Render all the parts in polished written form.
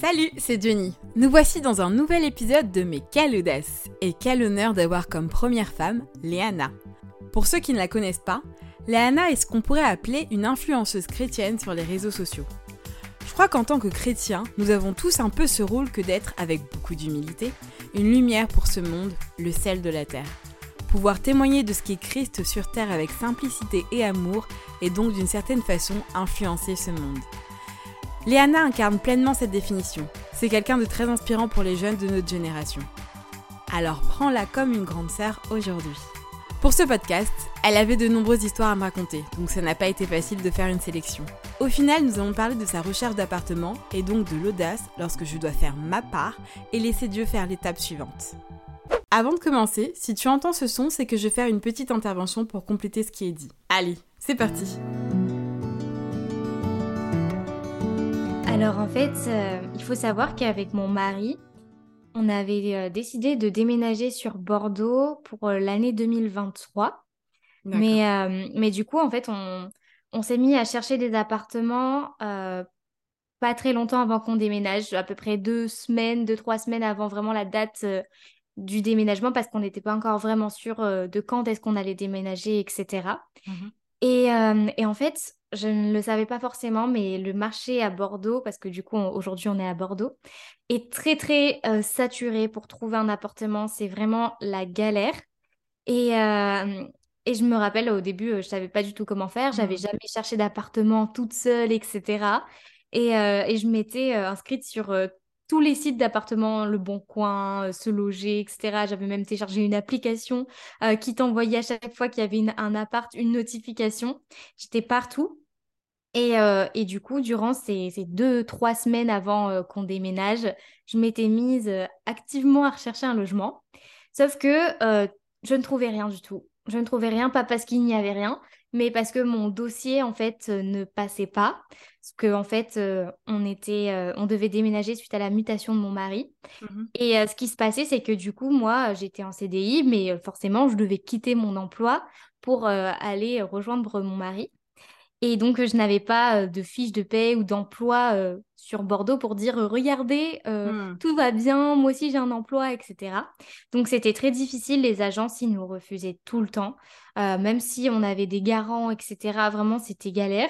Salut, c'est Jenny. Nous voici dans un nouvel épisode de Mais quelle audace! Et quel honneur d'avoir comme première femme Léana. Pour ceux qui ne la connaissent pas, Léana est ce qu'on pourrait appeler une influenceuse chrétienne sur les réseaux sociaux. Je crois qu'en tant que chrétiens, nous avons tous un peu ce rôle que d'être, avec beaucoup d'humilité, une lumière pour ce monde, le sel de la terre. Pouvoir témoigner de ce qu'est Christ sur terre avec simplicité et amour et donc d'une certaine façon influencer ce monde. Léana incarne pleinement cette définition. C'est quelqu'un de très inspirant pour les jeunes de notre génération. Alors prends-la comme une grande sœur aujourd'hui. Pour ce podcast, elle avait de nombreuses histoires à me raconter, donc ça n'a pas été facile de faire une sélection. Au final, nous allons parler de sa recherche d'appartement et donc de l'audace lorsque je dois faire ma part et laisser Dieu faire l'étape suivante. Avant de commencer, si tu entends ce son, c'est que je vais faire une petite intervention pour compléter ce qui est dit. Allez, c'est parti! Alors en fait, il faut savoir qu'avec mon mari, on avait décidé de déménager sur Bordeaux pour l'année 2023. Mais du coup, en fait, on s'est mis à chercher des appartements pas très longtemps avant qu'on déménage, à peu près 2-3 semaines avant vraiment la date du déménagement, parce qu'on n'était pas encore vraiment sûr de quand est-ce qu'on allait déménager, etc. Et en fait, je ne le savais pas forcément, mais le marché à Bordeaux, parce que du coup, aujourd'hui, on est à Bordeaux, est très, très saturé pour trouver un appartement. C'est vraiment la galère. Et je me rappelle, au début, je ne savais pas du tout comment faire. J'avais jamais cherché d'appartement toute seule, etc. Et je m'étais inscrite sur tous les sites d'appartements, Le Bon Coin, Se Loger, etc. J'avais même téléchargé une application qui t'envoyait à chaque fois qu'il y avait un appart, une notification. J'étais partout. Et du coup, durant ces 2-3 semaines avant qu'on déménage, je m'étais mise activement à rechercher un logement. Sauf que je ne trouvais rien du tout. Je ne trouvais rien, pas parce qu'il n'y avait rien, mais parce que mon dossier, en fait, ne passait pas. Parce qu'en en fait, on devait déménager suite à la mutation de mon mari. Et ce qui se passait, c'est que du coup, moi, j'étais en CDI, mais forcément, je devais quitter mon emploi pour aller rejoindre mon mari. Et donc, je n'avais pas de fiche de paie ou d'emploi sur Bordeaux pour dire regardez, tout va bien, moi aussi j'ai un emploi, etc. Donc, c'était très difficile. Les agences, ils nous refusaient tout le temps. Même si on avait des garants, etc. Vraiment, c'était galère.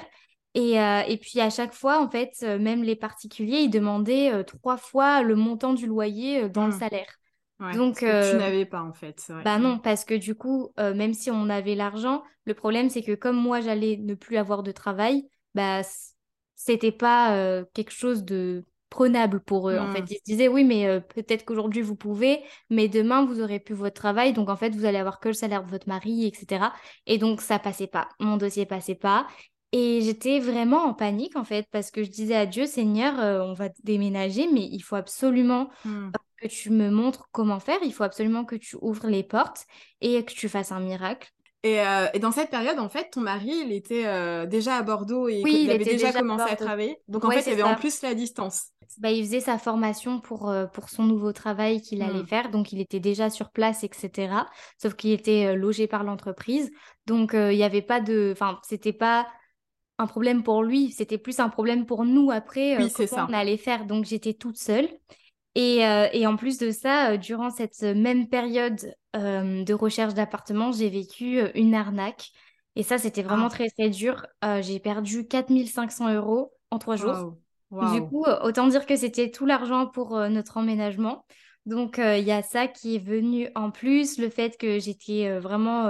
Et puis, à chaque fois, en fait, même les particuliers, ils demandaient 3 fois le montant du loyer dans le salaire. Ouais, Donc, ce que tu n'avais pas en fait, c'est vrai. bah non, parce que du coup, même si on avait l'argent, le problème c'est que comme moi j'allais ne plus avoir de travail, bah c'était pas quelque chose de prenable pour eux. En fait, ils se disaient oui, mais peut-être qu'aujourd'hui vous pouvez, mais demain vous aurez plus votre travail, donc en fait vous allez avoir que le salaire de votre mari, etc. Et donc ça passait pas, mon dossier passait pas. Et j'étais vraiment en panique en fait, parce que je disais à Dieu, Seigneur, on va déménager, mais il faut absolument que tu me montres comment faire. Il faut absolument que tu ouvres les portes et que tu fasses un miracle. Et dans cette période, en fait, ton mari, il était déjà à Bordeaux et Oui, il il avait était déjà déjà à commencé à Bordeaux. travailler. Donc, en Ouais, fait, il y c'est avait en ça. plus la distance. Bah, il faisait sa formation pour son nouveau travail qu'il allait faire. Donc, il était déjà sur place, etc. Sauf qu'il était logé par l'entreprise. Donc, il n'y avait pas de... Enfin, c'était pas un problème pour lui. C'était plus un problème pour nous après, Oui, c'est comment on ça. allait faire. Donc, j'étais toute seule. Et en plus de ça, durant cette même période de recherche d'appartement, j'ai vécu une arnaque. Et ça, c'était vraiment Ah, très, très dur. J'ai perdu 4 500 € en 3 jours. waouh, Du waouh. coup, autant dire que c'était tout l'argent pour notre emménagement. Donc, il y a ça qui est venu en plus, le fait que j'étais vraiment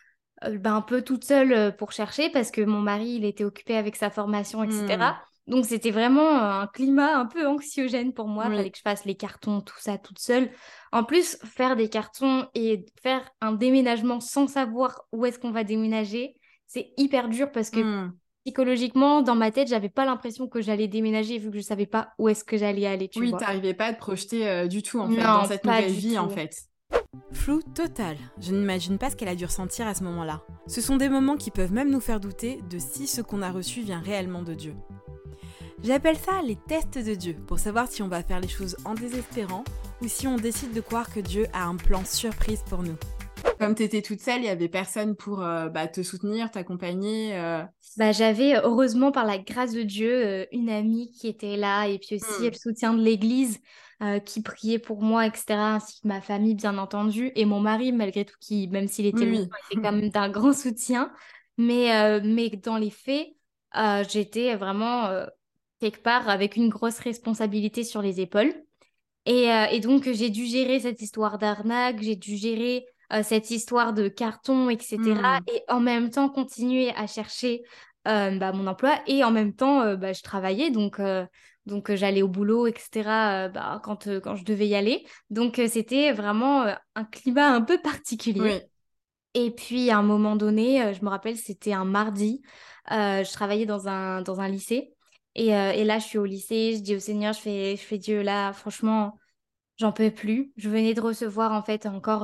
un peu toute seule pour chercher parce que mon mari, il était occupé avec sa formation, etc. Donc, c'était vraiment un climat un peu anxiogène pour moi. Il fallait Oui. que je fasse les cartons, tout ça, toute seule. En plus, faire des cartons et faire un déménagement sans savoir où est-ce qu'on va déménager, c'est hyper dur parce que psychologiquement, dans ma tête, j'avais pas l'impression que j'allais déménager vu que je savais pas où est-ce que j'allais aller, tu Oui, vois. t'arrivais pas à te projeter du tout, en fait, dans Non, cette pas nouvelle du vie, en tout. fait. Flou total. Je n'imagine pas ce qu'elle a dû ressentir à ce moment-là. Ce sont des moments qui peuvent même nous faire douter de si ce qu'on a reçu vient réellement de Dieu. J'appelle ça les tests de Dieu, pour savoir si on va faire les choses en désespérant ou si on décide de croire que Dieu a un plan surprise pour nous. comme tu étais toute seule, il y avait personne pour te soutenir, t'accompagner. Bah, j'avais, heureusement, par la grâce de Dieu, une amie qui était là et puis aussi le Hmm. soutien de l'Église qui priait pour moi, etc., ainsi que ma famille, bien entendu, et mon mari, malgré tout, qui, même s'il était loin, Oui, était quand même d'un grand soutien. Mais dans les faits, j'étais vraiment quelque part avec une grosse responsabilité sur les épaules. Et donc, j'ai dû gérer cette histoire d'arnaque, j'ai dû gérer cette histoire de carton, etc. oui. Et en même temps, continuer à chercher mon emploi. Et en même temps, je travaillais, donc j'allais au boulot, etc. Quand je devais y aller. Donc, c'était vraiment un climat un peu particulier. Oui. Et puis, à un moment donné, je me rappelle, c'était un mardi. Je travaillais dans un lycée. Et là, je suis au lycée, je dis au Seigneur, je fais Dieu, là, franchement. J'en peux plus. Je venais de recevoir en fait encore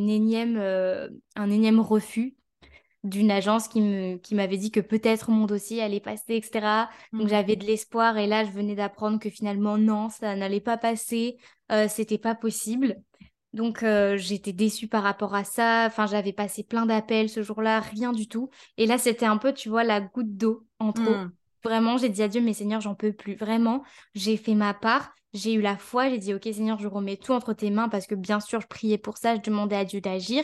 un énième refus d'une agence qui m'avait dit que peut-être mon dossier allait passer, etc. Donc Hmm. j'avais de l'espoir et là je venais d'apprendre que finalement non, ça n'allait pas passer, c'était pas possible. Donc j'étais déçue par rapport à ça. Enfin j'avais passé plein d'appels ce jour-là, rien du tout. Et là c'était un peu, tu vois, la goutte d'eau en trop. Hmm. Vraiment, j'ai dit à Dieu, mais Seigneur, j'en peux plus. Vraiment, j'ai fait ma part. J'ai eu la foi. J'ai dit, OK, Seigneur, je remets tout entre tes mains parce que bien sûr, je priais pour ça. Je demandais à Dieu d'agir.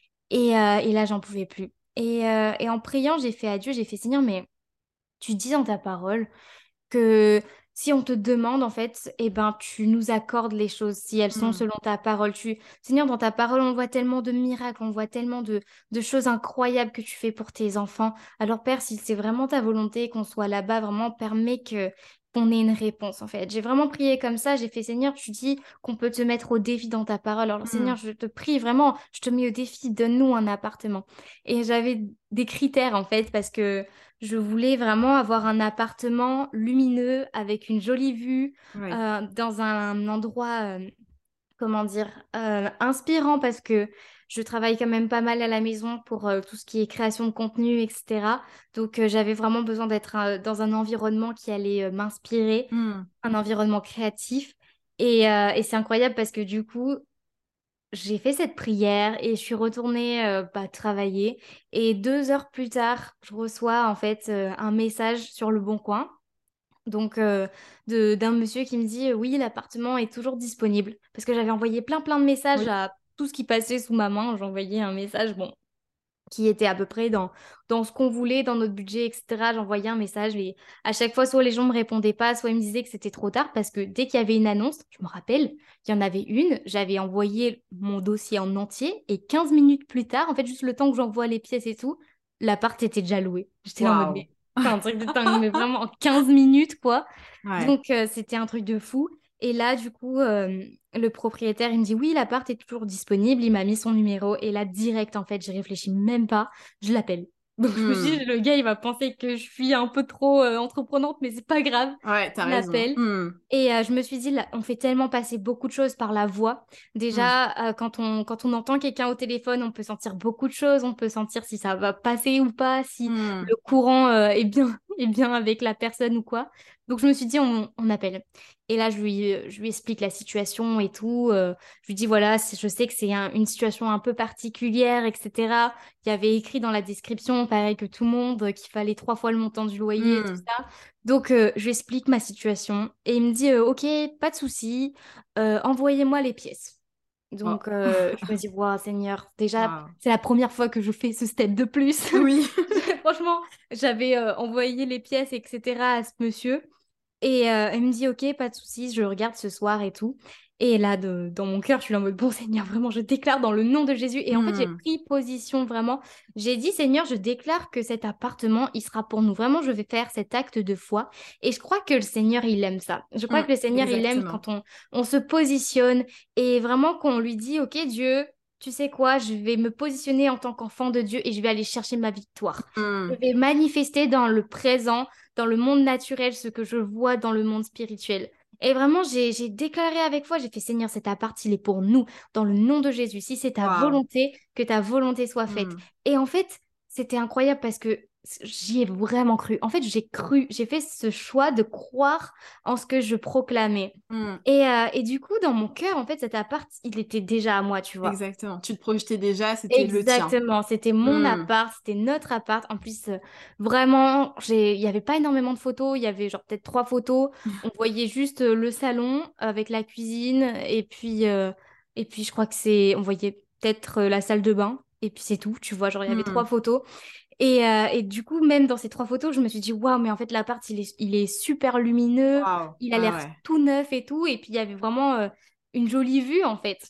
Et là, j'en pouvais plus. Et en priant, j'ai fait à Dieu, j'ai fait, Seigneur, mais tu dis dans ta parole que si on te demande, en fait, eh ben, tu nous accordes les choses si elles sont Hmm. selon ta parole. Seigneur, dans ta parole, on voit tellement de miracles, on voit tellement de choses incroyables que tu fais pour tes enfants. Alors, Père, si c'est vraiment ta volonté qu'on soit là-bas, vraiment, permets qu'on ait une réponse, en fait. J'ai vraiment prié comme ça. J'ai fait, Seigneur, tu dis qu'on peut te mettre au défi dans ta parole. Alors, Seigneur, Hmm. je te prie vraiment, je te mets au défi, donne-nous un appartement. Et j'avais des critères, en fait, parce que je voulais vraiment avoir un appartement lumineux avec une jolie vue Oui. dans un endroit, comment dire, inspirant parce que je travaille quand même pas mal à la maison pour tout ce qui est création de contenu, etc. Donc j'avais vraiment besoin d'être dans un environnement qui allait m'inspirer, Hmm. un environnement créatif. Et c'est incroyable parce que du coup, j'ai fait cette prière et je suis retournée travailler. Et 2 heures plus tard, je reçois en fait un message sur Le Bon Coin. Donc, d'un monsieur qui me dit oui, l'appartement est toujours disponible. Parce que j'avais envoyé plein de messages Oui. à tout ce qui passait sous ma main. J'envoyais un message, bon, qui était à peu près dans ce qu'on voulait, dans notre budget, etc. J'envoyais un message et à chaque fois, soit les gens me répondaient pas, soit ils me disaient que c'était trop tard parce que dès qu'il y avait une annonce, je me rappelle, il y en avait une, j'avais envoyé mon dossier en entier et 15 minutes plus tard, en fait, juste le temps que j'envoie les pièces et tout, l'appart était déjà loué. J'étais là en mode, Waouh. mais c'est un truc de dingue, mais vraiment en 15 minutes, quoi. Ouais. Donc, c'était un truc de fou. Et là, du coup, le propriétaire, il me dit, oui, l'appart est toujours disponible. Il m'a mis son numéro. Et là, direct, en fait, j'y réfléchis même pas. Je l'appelle. Donc, je me suis Hmm. dit, le gars, il va penser que je suis un peu trop entreprenante, mais c'est pas grave. Ouais, t'as Je raison. l'appelle. Hmm. Et je me suis dit, là, on fait tellement passer beaucoup de choses par la voix. Hmm. Déjà, quand on entend quelqu'un au téléphone, on peut sentir beaucoup de choses. On peut sentir si ça va passer ou pas, si Hmm. le courant est bien avec la personne ou quoi. Donc, je me suis dit, on appelle. Et là, je lui explique la situation et tout. Je lui dis, voilà, je sais que c'est une situation un peu particulière, etc. Il y avait écrit dans la description, pareil que tout le monde, qu'il fallait 3 fois le montant du loyer et tout Hmm. ça. Donc, je lui explique ma situation et il me dit, OK, pas de souci, envoyez-moi les pièces. Oh. Donc, je me dis, waouh, Seigneur, déjà, Waouh. c'est la première fois que je fais ce step de plus. Oui. Franchement, j'avais envoyé les pièces, etc. à ce monsieur. Et elle me dit, OK, pas de souci, je regarde ce soir et tout. Et là, dans mon cœur, je suis là en mode, bon Seigneur, vraiment, je déclare dans le nom de Jésus. Et en fait, j'ai Hmm. pris position vraiment. J'ai dit, Seigneur, je déclare que cet appartement, il sera pour nous. Vraiment, je vais faire cet acte de foi. Et je crois que le Seigneur, il aime ça. Je crois Hmm. que le Seigneur, il aime Exactement. quand on se positionne et vraiment qu'on lui dit, OK, Dieu, tu sais quoi, je vais me positionner en tant qu'enfant de Dieu et je vais aller chercher ma victoire. Je Hmm. vais manifester dans le présent, dans le monde naturel, ce que je vois dans le monde spirituel. Et vraiment, j'ai déclaré avec foi, j'ai fait Seigneur, cet appart, il est pour nous, dans le nom de Jésus. Si c'est ta Waouh. volonté, que ta volonté soit faite. Hmm. Et en fait, c'était incroyable parce que j'y ai vraiment cru. En fait, j'ai cru, j'ai fait ce choix de croire en ce que je proclamais. Hmm. Et du coup, dans mon cœur, en fait, cet appart, il était déjà à moi, tu vois. Exactement. Tu te projetais déjà, c'était le tien. Exactement, c'était mon Hmm. appart, c'était notre appart. En plus, vraiment, il n'y avait pas énormément de photos, il y avait genre peut-être 3 photos. On voyait juste le salon avec la cuisine et puis je crois que on voyait peut-être la salle de bain et puis c'est tout. Tu vois, genre il y avait Hmm. 3 photos. Et du coup, même dans ces 3 photos, je me suis dit, waouh, mais en fait, l'appart, il est super lumineux, Waouh. il a Ah l'air ouais. tout neuf et tout. Et puis, il y avait vraiment une jolie vue, en fait.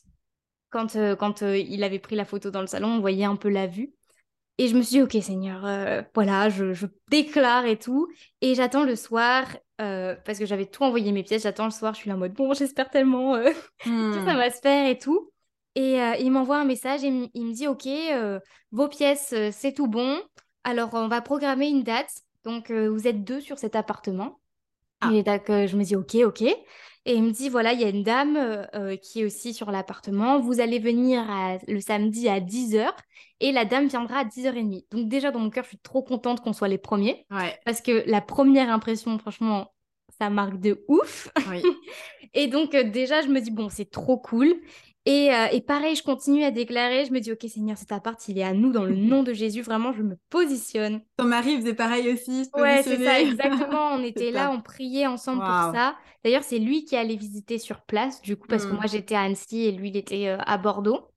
Quand il avait pris la photo dans le salon, on voyait un peu la vue. Et je me suis dit, ok, Seigneur, voilà, je déclare et tout. Et j'attends le soir, parce que j'avais tout envoyé mes pièces, j'attends le soir, je suis là en mode, bon, j'espère tellement que ça Hmm. va se faire et tout. Et il m'envoie un message et il me dit, ok, vos pièces, c'est tout bon. Alors, on va programmer une date. Donc, vous êtes 2 sur cet appartement. Ah. Et donc, je me dis, ok, ok. Et il me dit, voilà, il y a une dame qui est aussi sur l'appartement. Vous allez venir le samedi à 10h et la dame viendra à 10h30. Donc déjà, dans mon cœur, je suis trop contente qu'on soit les premiers Ouais. parce que la première impression, franchement, ça marque de ouf. Oui. Et donc, déjà, je me dis, bon, c'est trop cool. Et pareil, je continue à déclarer. Je me dis, ok, Seigneur, cet appart, il est à nous dans le nom de Jésus. Vraiment, je me positionne. Ton mari faisait pareil aussi, se Ouais, c'est ça, positionnait. exactement. On C'est était là, top. on priait ensemble pour Waouh. ça. D'ailleurs, c'est lui qui allait visiter sur place, du coup, parce que moi, Hmm. j'étais à Annecy et lui, il était à Bordeaux.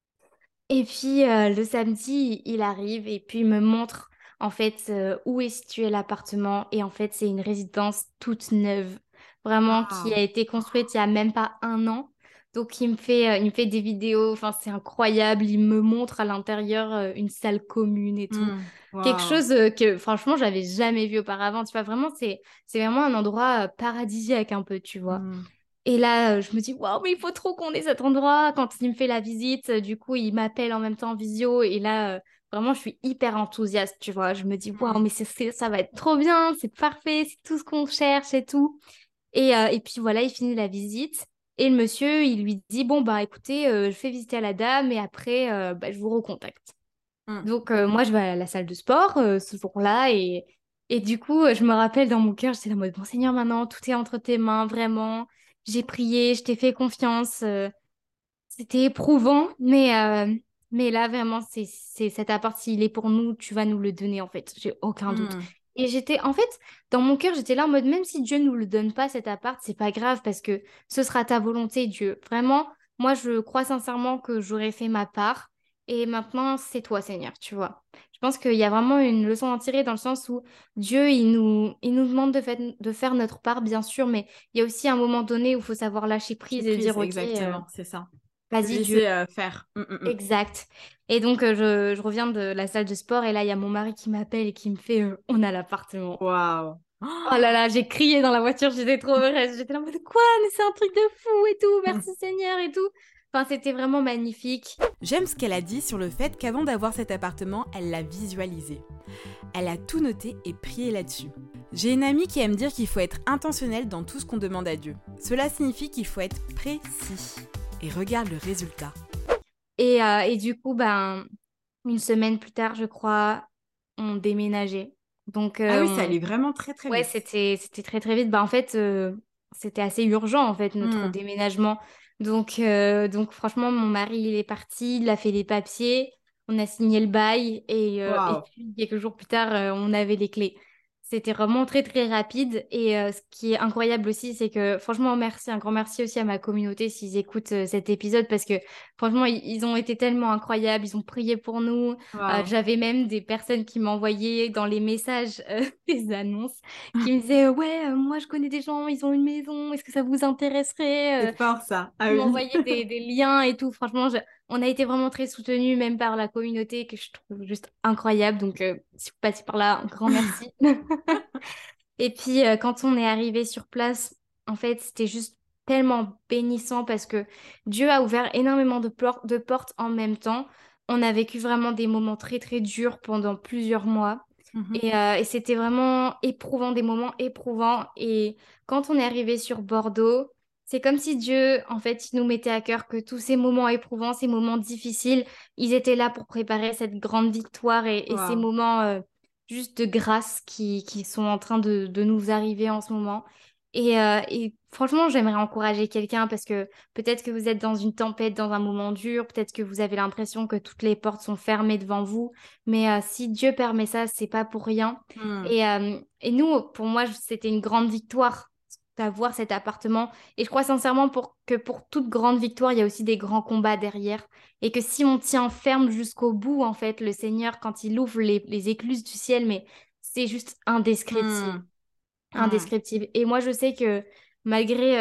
Et puis, le samedi, il arrive et puis il me montre, en fait, où est situé l'appartement. Et en fait, c'est une résidence toute neuve, vraiment, qui Waouh. a été construite il y a même pas un an. Donc, il me fait des vidéos, enfin, c'est incroyable. Il me montre à l'intérieur une salle commune et tout. Hmm. Quelque Waouh. chose que, franchement, j'avais jamais vu auparavant. Tu vois, vraiment, c'est vraiment un endroit paradisiaque un peu, tu vois. Hmm. Et là, je me dis, waouh, mais il faut trop qu'on ait cet endroit. Quand il me fait la visite, du coup, il m'appelle en même temps en visio. Et là, vraiment, je suis hyper enthousiaste, tu vois. Je me dis, waouh, Hmm. mais ça va être trop bien, c'est parfait, c'est tout ce qu'on cherche et tout. Et puis voilà, il finit la visite. Et le monsieur, il lui dit, bon, bah écoutez, je fais visiter à la dame et après, bah, je vous recontacte. Hmm. Donc, moi, je vais à la salle de sport ce jour-là et du coup, je me rappelle dans mon cœur, j'étais là en mode, bon Seigneur, maintenant, tout est entre tes mains, vraiment. J'ai prié, je t'ai fait confiance. C'était éprouvant, mais là, vraiment, c'est cet appart, s'il est pour nous, tu vas nous le donner, en fait. J'ai aucun doute. Hmm. Et en fait, dans mon cœur, j'étais là en mode, même si Dieu nous le donne pas, cet appart, c'est pas grave parce que ce sera ta volonté, Dieu. Vraiment, moi, je crois sincèrement que j'aurais fait ma part. Et maintenant, c'est toi, Seigneur, tu vois. Je pense qu'il y a vraiment une leçon à en tirer dans le sens où Dieu, il nous demande de faire notre part, bien sûr, mais il y a aussi un moment donné où il faut savoir lâcher J'ai prise et prise, dire, OK, exactement, c'est ça. Le vas-y, Dieu. laisser faire. Hmm, hmm, hmm. Exact. Et donc, je reviens de la salle de sport et là, il y a mon mari qui m'appelle et qui me fait on a l'appartement. Waouh. Oh là là, j'ai crié dans la voiture, j'étais trop heureuse. J'étais là en mode quoi? Mais c'est un truc de fou et tout, merci Seigneur et tout. Enfin, c'était vraiment magnifique. J'aime ce qu'elle a dit sur le fait qu'avant d'avoir cet appartement, elle l'a visualisé. Elle a tout noté et prié là-dessus. J'ai une amie qui aime dire qu'il faut être intentionnel dans tout ce qu'on demande à Dieu. Cela signifie qu'il faut être précis. Et regarde le résultat. Et du coup, ben, une semaine plus tard, je crois, on déménageait. Donc, Ah oui, ça allait vraiment très très ouais, vite. c'était très très vite. Bah, en fait, c'était assez urgent en fait notre Hmm. déménagement. Donc franchement, mon mari il est parti, il a fait les papiers, on a signé le bail et Waouh. puis quelques jours plus tard, on avait les clés. C'était vraiment très très rapide et ce qui est incroyable aussi, c'est que franchement, merci, un grand merci aussi à ma communauté s'ils écoutent cet épisode parce que franchement, ils ont été tellement incroyables, ils ont prié pour nous. Waouh. J'avais même des personnes qui m'envoyaient dans les messages des annonces qui me disaient ouais, moi je connais des gens, ils ont une maison, est-ce que ça vous intéresserait? C'est fort ça. Ah Ils oui. m'envoyaient des liens et tout. Franchement, on a été vraiment très soutenus, même par la communauté que je trouve juste incroyable. Donc, si vous passez par là, un grand merci. Et puis, quand on est arrivé sur place, en fait, c'était juste tellement bénissant parce que Dieu a ouvert énormément de portes en même temps. On a vécu vraiment des moments très, très durs pendant plusieurs mois. Mhm. Et c'était vraiment éprouvant, des moments éprouvants. Et quand on est arrivé sur Bordeaux, c'est comme si Dieu, en fait, il nous mettait à cœur que tous ces moments éprouvants, ces moments difficiles, ils étaient là pour préparer cette grande victoire et ces Waouh. moments juste de grâce qui sont en train de nous arriver en ce moment. Et franchement, j'aimerais encourager quelqu'un parce que peut-être que vous êtes dans une tempête, dans un moment dur, peut-être que vous avez l'impression que toutes les portes sont fermées devant vous, mais si Dieu permet ça, c'est pas pour rien. Hmm. Et nous, pour moi, c'était une grande victoire d'avoir cet appartement. Et je crois sincèrement que pour toute grande victoire, il y a aussi des grands combats derrière. Et que si on tient ferme jusqu'au bout, en fait, le Seigneur, quand il ouvre les écluses du ciel, mais c'est juste indescriptible. Hmm. Hmm. Indescriptible. Et moi, je sais que malgré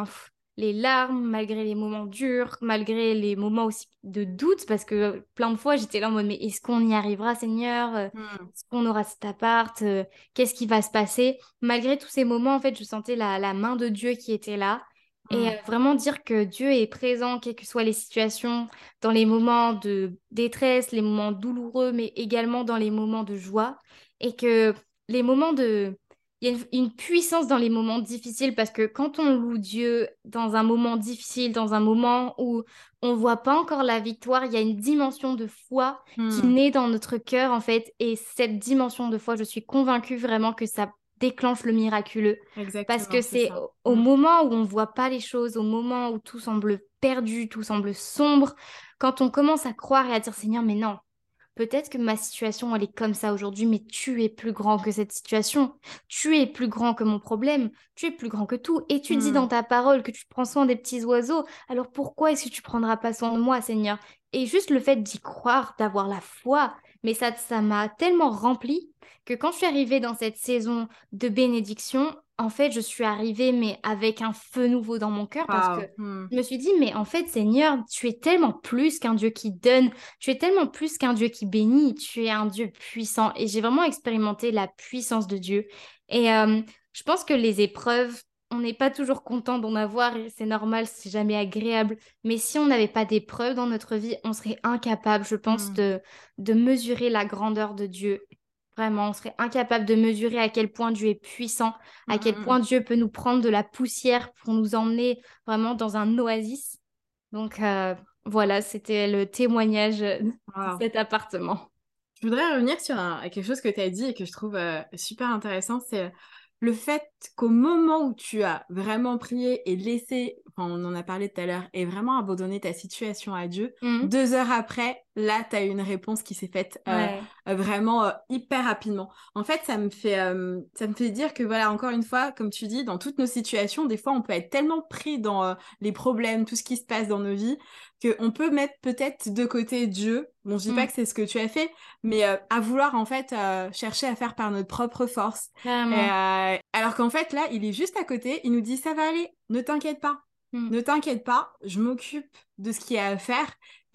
les larmes, malgré les moments durs, malgré les moments aussi de doute, parce que plein de fois, j'étais là en mode, mais est-ce qu'on y arrivera, Seigneur? Hmm. Est-ce qu'on aura cet appart? Qu'est-ce qui va se passer? Malgré tous ces moments, en fait, je sentais la main de Dieu qui était là. Et Hmm. vraiment dire que Dieu est présent, quelles que soient les situations, dans les moments de détresse, les moments douloureux, mais également dans les moments de joie. Et que les moments de il y a une puissance dans les moments difficiles parce que quand on loue Dieu dans un moment difficile, dans un moment où on voit pas encore la victoire, il y a une dimension de foi qui Hmm. naît dans notre cœur en fait. Et cette dimension de foi, je suis convaincue vraiment que ça déclenche le miraculeux parce que Exactement, c'est c'est ça. au moment où on voit pas les choses, au moment où tout semble perdu, tout semble sombre, quand on commence à croire et à dire Seigneur, mais non. Peut-être que ma situation, elle est comme ça aujourd'hui, mais tu es plus grand que cette situation. Tu es plus grand que mon problème. Tu es plus grand que tout. Et tu dis Hmm. dans ta parole que tu prends soin des petits oiseaux. Alors pourquoi est-ce que tu prendras pas soin de moi, Seigneur? Et juste le fait d'y croire, d'avoir la foi, mais ça m'a tellement rempli que quand je suis arrivée dans cette saison de bénédiction, en fait, je suis arrivée, mais avec un feu nouveau dans mon cœur parce que Wow. Hmm. je me suis dit, mais en fait, Seigneur, tu es tellement plus qu'un Dieu qui donne. Tu es tellement plus qu'un Dieu qui bénit, tu es un Dieu puissant. Et j'ai vraiment expérimenté la puissance de Dieu. Et je pense que les épreuves, on n'est pas toujours content d'en avoir, et c'est normal, c'est jamais agréable. Mais si on n'avait pas d'épreuves dans notre vie, on serait incapable, je pense, Hmm. de mesurer la grandeur de Dieu. Vraiment, on serait incapable de mesurer à quel point Dieu est puissant, Hmm. à quel Hmm. point Dieu peut nous prendre de la poussière pour nous emmener vraiment dans un oasis. Donc voilà, c'était le témoignage de Wow. cet appartement. Je voudrais revenir sur quelque chose que tu as dit et que je trouve super intéressant, c'est le fait qu'au moment où tu as vraiment prié et laissé, enfin, on en a parlé tout à l'heure, et vraiment abandonné ta situation à Dieu, Mhm. 2 heures après, là, tu as eu une réponse qui s'est faite Ouais. vraiment hyper rapidement. En fait, ça me fait dire que, voilà, encore une fois, comme tu dis, dans toutes nos situations, des fois, on peut être tellement pris dans les problèmes, tout ce qui se passe dans nos vies, qu'on peut mettre peut-être de côté Dieu. Bon, je dis pas Mhm. que c'est ce que tu as fait, mais à vouloir en fait chercher à faire par notre propre force. Carrément. Alors qu'en fait là, il est juste à côté, il nous dit ça va aller, ne t'inquiète pas. Mhm. Ne t'inquiète pas, je m'occupe de ce qu'il y a à faire.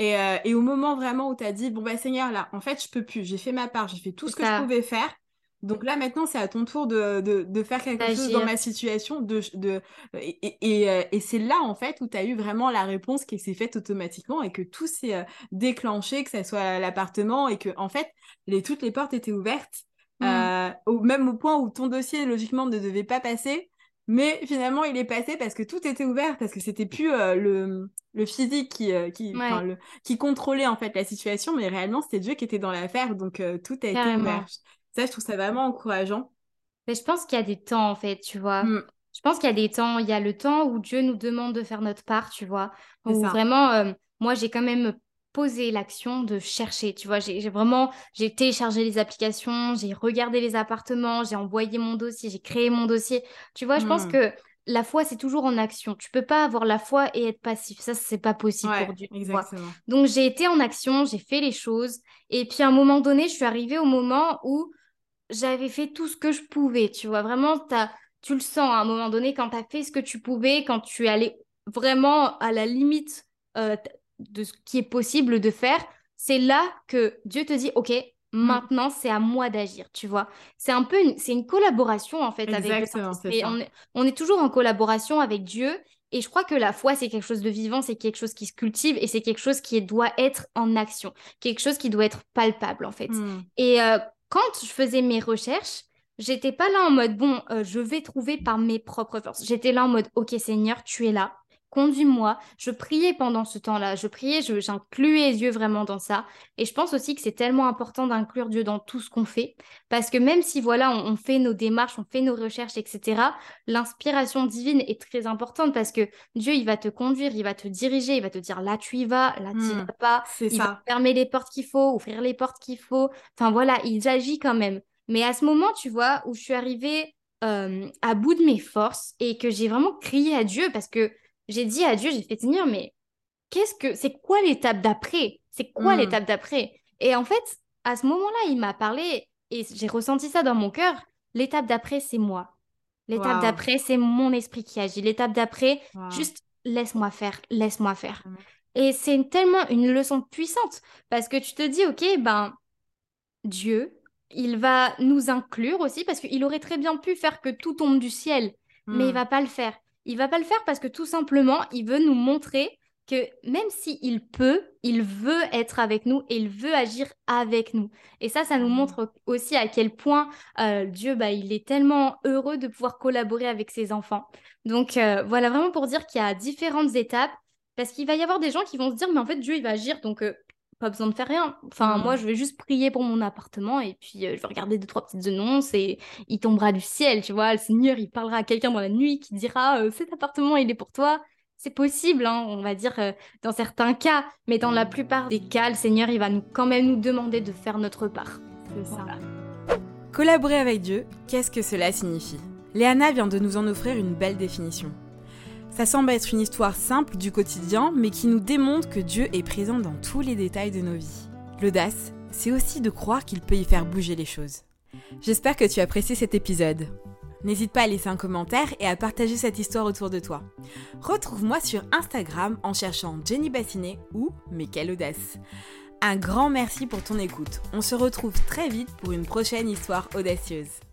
Et au moment vraiment où tu as dit, bon bah Seigneur, là, en fait, je peux plus, j'ai fait ma part, j'ai fait tout C'est ce que je ça, pouvais faire. Donc là, maintenant, c'est à ton tour de faire quelque chose dans d'agir. ma situation. Et c'est là, en fait, où tu as eu vraiment la réponse qui s'est faite automatiquement et que tout s'est déclenché, que ça soit l'appartement et que, en fait, toutes les portes étaient ouvertes, Mhm. même au point où ton dossier, logiquement, ne devait pas passer. Mais finalement, il est passé parce que tout était ouvert, parce que c'était plus le physique enfin, Ouais, qui contrôlait en fait la situation, mais réellement, c'était Dieu qui était dans l'affaire, donc tout a été ouvert. carrément. Ça, je trouve ça vraiment encourageant. Mais je pense qu'il y a des temps, en fait, tu vois. Mm, Je pense qu'il y a des temps. Il y a le temps où Dieu nous demande de faire notre part, tu vois. c'est Où ça. vraiment, moi, j'ai quand même posé l'action de chercher, tu vois. J'ai téléchargé les applications, j'ai regardé les appartements, j'ai envoyé mon dossier, j'ai créé mon dossier. Tu vois, je pense Mm, que la foi, c'est toujours en action. Tu peux pas avoir la foi et être passif. Ça, c'est pas possible pour ouais, Dieu, tu vois. exactement. Donc, j'ai été en action, j'ai fait les choses. Et puis, à un moment donné, je suis arrivée au moment où j'avais fait tout ce que je pouvais, tu vois. Vraiment, tu le sens à un moment donné quand tu as fait ce que tu pouvais, quand tu es allé vraiment à la limite de ce qui est possible de faire, c'est là que Dieu te dit, OK, Mm, maintenant c'est à moi d'agir, tu vois. C'est une collaboration en fait avec le exactement, c'est Saint-Esprit. ça. On est toujours en collaboration avec Dieu. Et je crois que la foi, c'est quelque chose de vivant, c'est quelque chose qui se cultive et c'est quelque chose qui doit être en action, quelque chose qui doit être palpable en fait. Mm, Et quand je faisais mes recherches, j'étais pas là en mode, bon, je vais trouver par mes propres forces. J'étais là en mode, ok Seigneur, tu es là. conduis-moi. Je priais pendant ce temps-là, j'incluais Dieu vraiment dans ça. Et je pense aussi que c'est tellement important d'inclure Dieu dans tout ce qu'on fait, parce que même si voilà, on fait nos démarches, on fait nos recherches, etc., l'inspiration divine est très importante parce que Dieu, il va te conduire, il va te diriger, il va te dire là tu y vas, là tu y vas pas, c'est il va ça. fermer les portes qu'il faut, ouvrir les portes qu'il faut. Enfin voilà, il agit quand même. Mais à ce moment, tu vois, où je suis arrivée à bout de mes forces et que j'ai vraiment crié à Dieu parce que j'ai dit à Dieu, j'ai fait Seigneur, mais c'est quoi l'étape d'après? C'est quoi Hmm. l'étape d'après? Et en fait, à ce moment-là, il m'a parlé et j'ai ressenti ça dans mon cœur. L'étape d'après, c'est moi. L'étape Waouh. d'après, c'est mon esprit qui agit. L'étape d'après, Waouh. juste laisse-moi faire, laisse-moi faire. Vraiment. Et c'est tellement une leçon puissante parce que tu te dis, ok, ben, Dieu, il va nous inclure aussi parce qu'il aurait très bien pu faire que tout tombe du ciel, mais il Hmm. va pas le faire. Il va pas le faire parce que tout simplement, il veut nous montrer que même s'il peut, il veut être avec nous et il veut agir avec nous. Et ça nous Vraiment. montre aussi à quel point Dieu, bah, il est tellement heureux de pouvoir collaborer avec ses enfants. Donc voilà, vraiment pour dire qu'il y a différentes étapes, parce qu'il va y avoir des gens qui vont se dire, mais en fait, Dieu, il va agir, donc pas besoin de faire rien. Enfin, moi, Hmm. je vais juste prier pour mon appartement et puis je vais regarder deux, trois petites annonces et il tombera du ciel, tu vois. Le Seigneur, il parlera à quelqu'un dans la nuit qui dira cet appartement, il est pour toi. C'est possible, hein, on va dire, dans certains cas, mais dans la plupart des cas, le Seigneur, il va quand même nous demander de faire notre part. C'est ça. Voilà. Collaborer avec Dieu, qu'est-ce que cela signifie? Léana vient de nous en offrir une belle définition. Ça semble être une histoire simple du quotidien, mais qui nous démontre que Dieu est présent dans tous les détails de nos vies. L'audace, c'est aussi de croire qu'il peut y faire bouger les choses. J'espère que tu as apprécié cet épisode. N'hésite pas à laisser un commentaire et à partager cette histoire autour de toi. Retrouve-moi sur Instagram en cherchant Jenny Bassinet ou Mais quelle audace. Un grand merci pour ton écoute. On se retrouve très vite pour une prochaine histoire audacieuse.